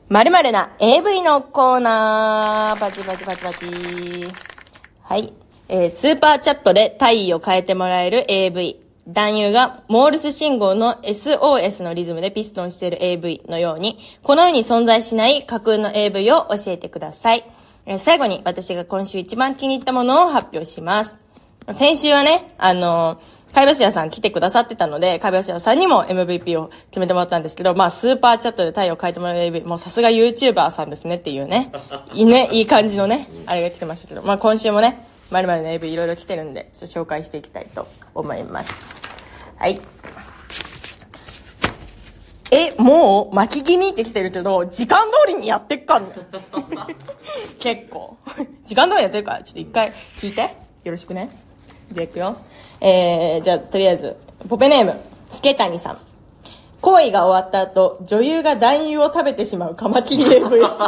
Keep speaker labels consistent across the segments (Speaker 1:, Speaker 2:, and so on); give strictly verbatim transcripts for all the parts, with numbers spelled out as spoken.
Speaker 1: 〇〇な エーブイ のコーナー。バチバチバチバチ。はい。えー、スーパーチャットで体位を変えてもらえる エーブイ。男優がモールス信号の エスオーエス のリズムでピストンしている エーブイ のように、この世に存在しない架空の エーブイ を教えてください。えー、最後に私が今週一番気に入ったものを発表します。先週はね、あのー、貝柱さん来てくださってたので、貝柱さんにも エムブイピー を決めてもらったんですけど、まあ、スーパーチャットで体を変えてもらう エーブイ、もうさすが YouTuber さんですねっていうね、いいね、いい感じのね、あれが来てましたけど、まあ、今週もね、〇〇の エーブイ いろいろ来てるんで、ちょっと紹介していきたいと思います。はい。え、もう巻き気味って来てるけど、時間通りにやってっかんね結構。時間通りにやってるから、ちょっと一回聞いて。よろしくね。じゃあ行くよ。えー、じゃあとりあえず、ポペネーム、スケタニさん。行為が終わった後、女優が男優を食べてしまうカマキリ エーブイ。食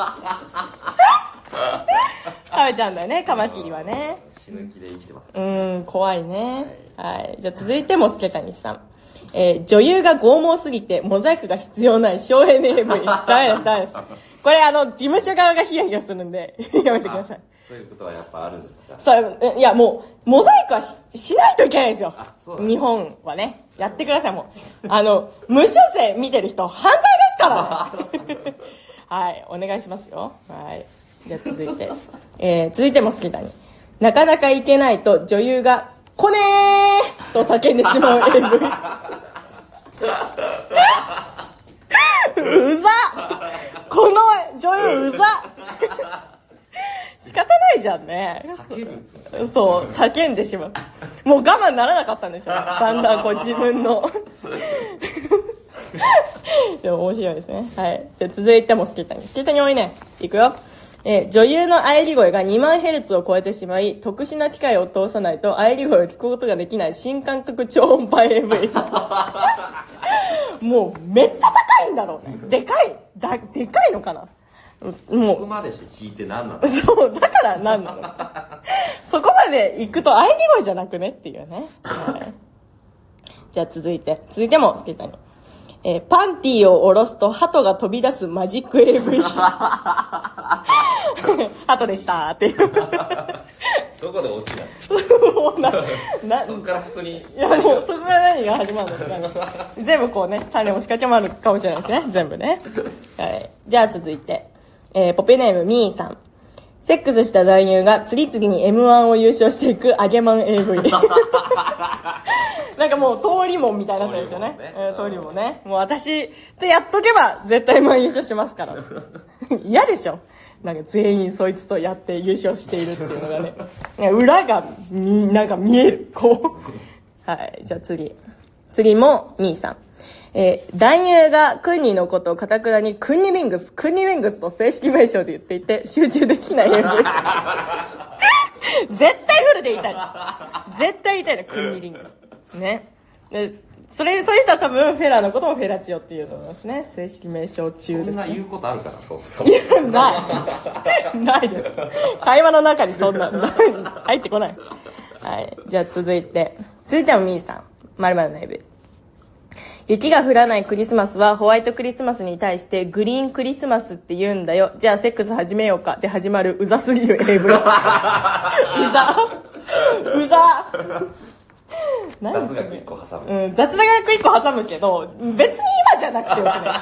Speaker 1: べちゃうんだよね、カマキリはね。
Speaker 2: 死ぬ気で生きてます。
Speaker 1: うーん、怖いね。はい。じゃあ続いてもスケタニさん。えー、女優が剛毛すぎてモザイクが必要ない省エネ エーブイ。ダメです、ダメです。これあの、事務所側がヒヤヒヤするんで、やめてください。
Speaker 2: そういうことはやっぱあるんですか？
Speaker 1: そう、いやもう、モザイクは し, しないといけないんですよ。日本はね。やってください、もう。あの、無修正見てる人、犯罪ですからね。はい、お願いしますよ。はい。じゃあ続いて。えー、続いても好きだね。なかなかいけないと女優が、こねーと叫んでしまう エーブイ。うざこの女優うざ仕方ないじゃんね。そう、叫んでしまう。もう我慢ならなかったんでしょ。だんだんこう自分の。でも面白いですね。はい。じゃあ続いてもスケタニ。スケタニ多いね。いくよ。えー、女優の喘ぎ声がにまんヘルツを超えてしまい、特殊な機械を通さないと喘ぎ声を聞くことができない新感覚超音波 エーブイ。もうめっちゃ高いんだろうね。でかい。だ、でかいのかな。
Speaker 2: もうそこまでして聞いて何なの？
Speaker 1: そう、だから何なのそこまで行くと喘ぎ声じゃなくねっていうね。はい、じゃあ続いて。続いても好きだね。えー、パンティーを下ろすと鳩が飛び出すマジック エーブイ。鳩でしたっていう。
Speaker 2: どこで落ち
Speaker 1: な
Speaker 2: のそこから普通に。
Speaker 1: いやもうそこから何が始まるのか全部こうね、種も仕掛けもあるかもしれないですね。全部ね。はい。じゃあ続いて。えー、ポペネームミーさん。セックスした男優が次々に エムワン を優勝していくアゲマン エーブイ。なんかもう通りもんみたいになってるんですよね。通りもんね。もう私とやっとけば絶対 エムワン 優勝しますから。嫌でしょなんか全員そいつとやって優勝しているっていうのがね。裏がみ、なんか見える。こう。はい。じゃあ次。次もミーさん。えー、男優がクンニのことを堅くなにクンニリングス、クンニリングスと正式名称で言っていて集中できない エーブイ。絶対フルで言いたい。絶対言いたいな、クンニリングス。ね。で、それ、そういう人は多分フェラのこともフェラチオって言うと思いますね。正式名称中です、ね。
Speaker 2: そんな言うことあるから、そうそう。
Speaker 1: いや、ない。ないです。会話の中にそんな、入ってこない。はい。じゃあ続いて。続いてはミーさん。〇〇の エーブイ。雪が降らないクリスマスはホワイトクリスマスに対してグリーンクリスマスって言うんだよ。じゃあセックス始めようかで始まるうざすぎる エーブイ。うざ。うざ。
Speaker 2: 雑学一個挟む。
Speaker 1: うん、雑学一個挟むけど、別に今じゃなくてよくね。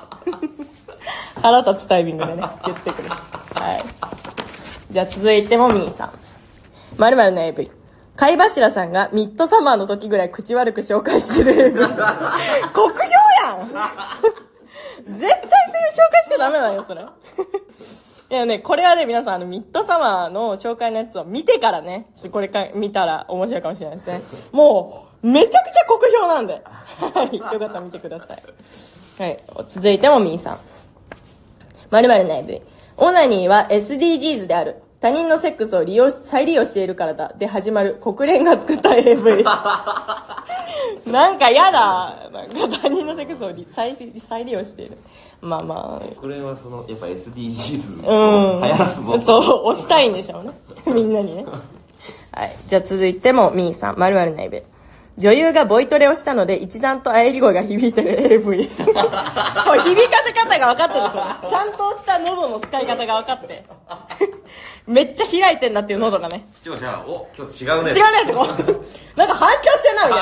Speaker 1: 腹立つタイミングでね、言ってくる。はい。じゃあ続いてもみーさん。〇〇の エーブイ。貝柱さんがミッドサマーの時ぐらい口悪く紹介してる エーブイ。酷評やん絶対それ紹介しちゃダメだよ、それ。いやね、これはね、皆さん、あの、ミッドサマーの紹介のやつを見てからね、これか、見たら面白いかもしれないですね。もう、めちゃくちゃ酷評なんで。はい、よかったら見てください。はい、続いてもみーさん。〇〇の エーブイ。オナニーは エスディージーズ である。他人のセックスを利用し、再利用しているからだ。で始まる国連が作った エーブイ。なんかやだ。なんか他人のセックスを再、再利用している。まあまあ。
Speaker 2: 国連はその、やっぱ エスディージーズ
Speaker 1: を
Speaker 2: 流行らすぞ。
Speaker 1: そう、押したいんでしょうね。みんなにね。はい。じゃあ続いても、みーさん。〇〇のエーブイ。 女優がボイトレをしたので一段と喘ぎ声が響いてる エーブイ。これ響かせ方が分かってるでしょ。ちゃんとした喉の使い方が分かって。めっちゃ開いてんだっていう喉がね。
Speaker 2: 視聴者、お、今日違うね。
Speaker 1: 違うねってこう。なんか反響してんなみたい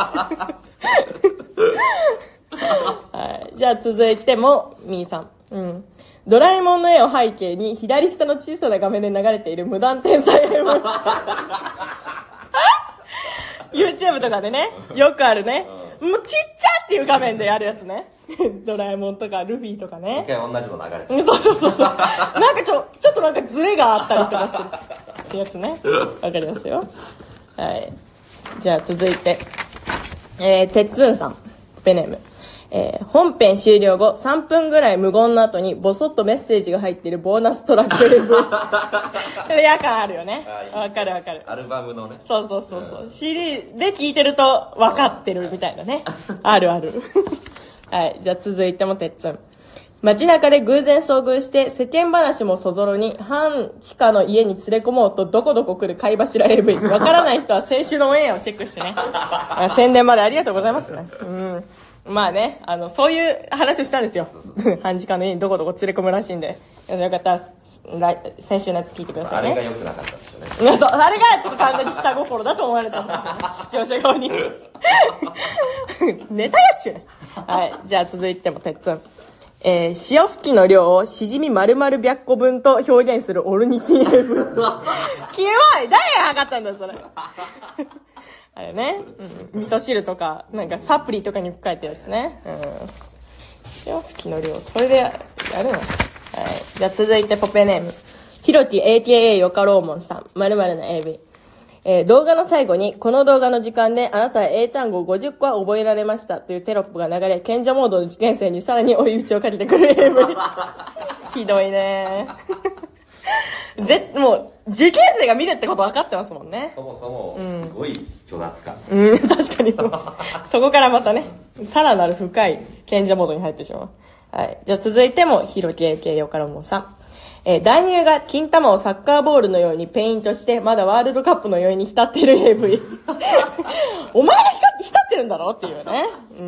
Speaker 1: な。はい、じゃあ続いても、みーさん。うん。ドラえもんの絵を背景に左下の小さな画面で流れている無断転載 エーブイ。YouTube とかでね、よくあるね、もうちっちゃっていう画面でやるやつね。ドラえもんとかルフィとかね。
Speaker 2: 一回同じの流れてる。
Speaker 1: そうそうそうそう。なんかちょ、ちょっとなんかズレがあったりとかするってやつね。わかりますよ。はい。じゃあ続いて、えー、てっつんさん、ペネーム。えー、本編終了後さんぷんぐらい無言の後にボソッとメッセージが入っているボーナストラック エーブイ。レア感あるよね。わかるわかる。
Speaker 2: アルバムのね。
Speaker 1: そうそうそうそう。シーディー で聴いてると分かってるみたいなね。あるある。はい。じゃあ続いてもてっつん。街中で偶然遭遇して世間話もそぞろに半地下の家に連れ込もうとどこどこ来る貝柱 エーブイ。わからない人は先週のオンエアをチェックしてね。宣伝までありがとうございますね。うん。まあね、あの、そういう話をしたんですよ。半時間の家にどこどこ連れ込むらしいんで。よかったら、先週のやつ聞いてくださいね。
Speaker 2: あれが良くなかったんですよね。
Speaker 1: そう、あれがちょっと完全に下心だと思われちゃったんですよね。視聴者側に。ネタやっちゅうね。はい。じゃあ続いても、てっつん。えー、潮吹きの量をしじみ丸々ひゃっこぶんと表現するオルニチン エーブイ。キモい！誰が測ったんだよ、それ。あれね、うん、味噌汁とか、なんかサプリとかに書いてるやつね。うん。潮吹きの量、それでやるの？はい。じゃあ続いてポペネーム。ひろき エーケーエー よかろうもんさん、〇〇な エーブイ。えー、動画の最後に、この動画の時間であなたは英単語をごじゅっこは覚えられましたというテロップが流れ、賢者モードの受験生にさらに追い打ちをかけてくる エーブイ。ひどいねぜ、もう、受験生が見るってこと分かってますもんね。
Speaker 2: そもそも、すごい虚脱感。
Speaker 1: うん、確かに。そこからまたね、さらなる深い賢者モードに入ってしまう。はい。じゃあ続いても、ひろき エーケー よからもさん。えー、男優が金玉をサッカーボールのようにペイントして、まだワールドカップの余韻に浸っている エーブイ。お前が浸ってるんだろっていうね。うん。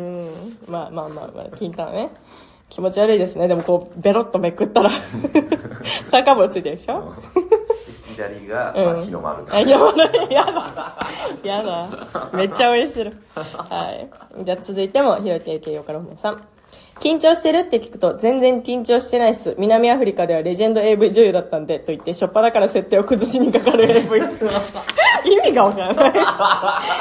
Speaker 1: まあまあまあまあ、金玉ね。気持ち悪いですね。でもこう、ベロッとめくったら、サッカーボールついてるでしょ
Speaker 2: 左が、まあ、日の丸。
Speaker 1: あ、日の丸。やだ。やだ。めっちゃ応援してる。はい。じゃあ続いても、ひろき エーケー よからもさん。緊張してるって聞くと、全然緊張してないっす。南アフリカではレジェンド エーブイ 女優だったんで、と言って、しょっぱだから設定を崩しにかかる エーブイ。意味がわからない。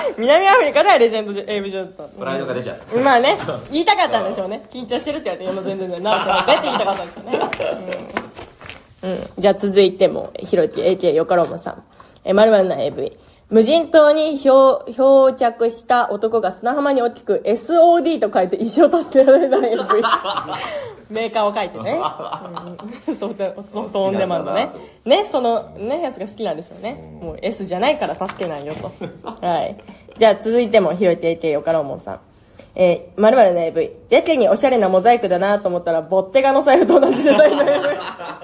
Speaker 1: 南アフリカではレジェンド エーブイ 女優だった。
Speaker 2: プライドが出ちゃう。
Speaker 1: まあね、言いたかったんでしょうね。緊張してるって言われて、いやもう全然、なんかねって言いたかったんですよね。うん。うん。じゃあ続いても、ひろき エーケー よかろうもさん。え、〇〇な エーブイ。無人島に漂、漂着した男が砂浜に大きく エスオーディー と書いて一生助けられない エーブイ。メーカーを書いてね。うん、ソフト、ソフトオンデマンドね。ね、そのね、やつが好きなんでしょうね。もう S じゃないから助けないよと。はい。じゃあ続いても、ひろき エーケー よからおもんさん。えー、〇〇な エーブイ。やけにおしゃれなモザイクだなと思ったら、ボッテガの財布と同じデザインの エーブイ。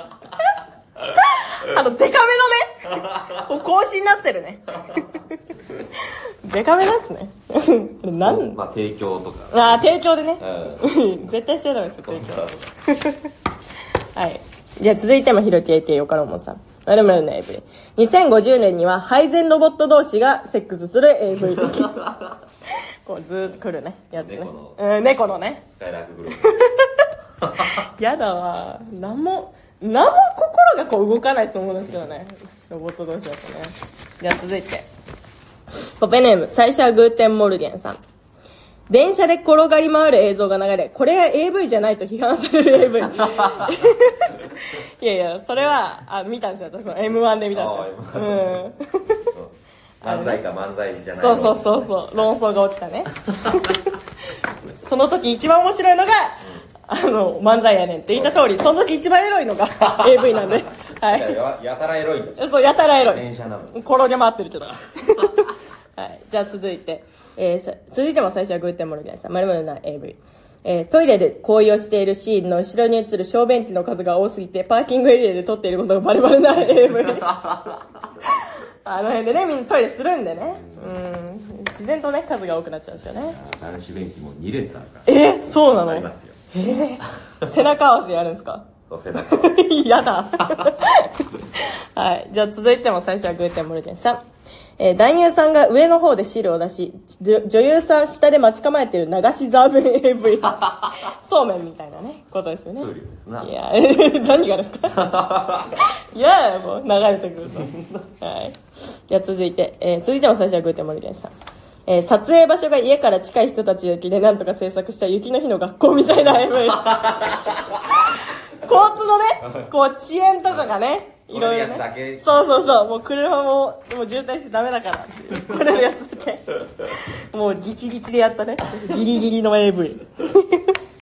Speaker 1: あの、デカめのね、こう格子になってるね。デカめのやつね。なん、
Speaker 2: まあ、提供とか。
Speaker 1: ああ、提供でね。
Speaker 2: うん、
Speaker 1: 絶対しちゃダメですよ、提供。はい。じゃあ続いても、ひろき エーケー よからもんさん。〇〇な エーブイ。にせんごじゅうねんには、配膳ロボット同士がセックスする エーブイ。こう、ずーっと来るね、やつね。
Speaker 2: 猫の。
Speaker 1: うん、猫のね。
Speaker 2: スカイラークグループ。
Speaker 1: やだわ。なんも、何も心がこう動かないと思うんですけどね。ロボット同士だとね。じゃあ続いて。ポペネーム、最初はグーテンモルゲンさん。電車で転がり回る映像が流れ、これが エーブイ じゃないと批判される エーブイ。いやいや、それは、あ、見たんですよ。私の エムワン で見たんですよ。うん。
Speaker 2: 漫才か漫才じゃない。
Speaker 1: そうそうそうそう。論争が起きたね。その時一番面白いのが、あの、漫才やねんって言った通り、その時一番エロいのが エーブイ なんで。はい。
Speaker 2: や, やたらエロいんだ。
Speaker 1: そう、やたらエロい。
Speaker 2: 電車なの。
Speaker 1: 転げ回ってるけど。はい。じゃあ続いて。えー、続いても最初はグーテンモルゲンさん。〇〇な エーブイ。えー、トイレで行為をしているシーンの後ろに映る小便器の数が多すぎて、パーキングエリアで撮っていることがバレバレな エーブイ。 あの辺でね、みんなトイレするんでね。うん。自然とね、数が多くなっちゃうんですよね。
Speaker 2: 男子便器もに列あるから。
Speaker 1: えそうなの？
Speaker 2: ありますよ。
Speaker 1: えー、背中合わせやるんですか？
Speaker 2: 背中
Speaker 1: やだ。はい。じゃあ続いても最初はグーテンモルゲンさん。えー、男優さんが上の方で汁を出し、女優さん下で待ち構えてる流しザーメン エーブイ。そうめんみたいなね、ことですよね。
Speaker 2: 風流ですな。
Speaker 1: いや、何がですか？いやもう流れてくると。はい。じゃあ続いて、えー、続いても最初はグーテンモルゲンさん。えー、撮影場所が家から近い人たちだけでなんとか制作した雪の日の学校みたいな エーブイ。交通のね、こう遅延とかがね、いろいろね。そうそうそう、もう車も、もう渋滞してダメだからっていう。これをやつだけ。もうギチギチでやったね。ギリギリの エーブイ。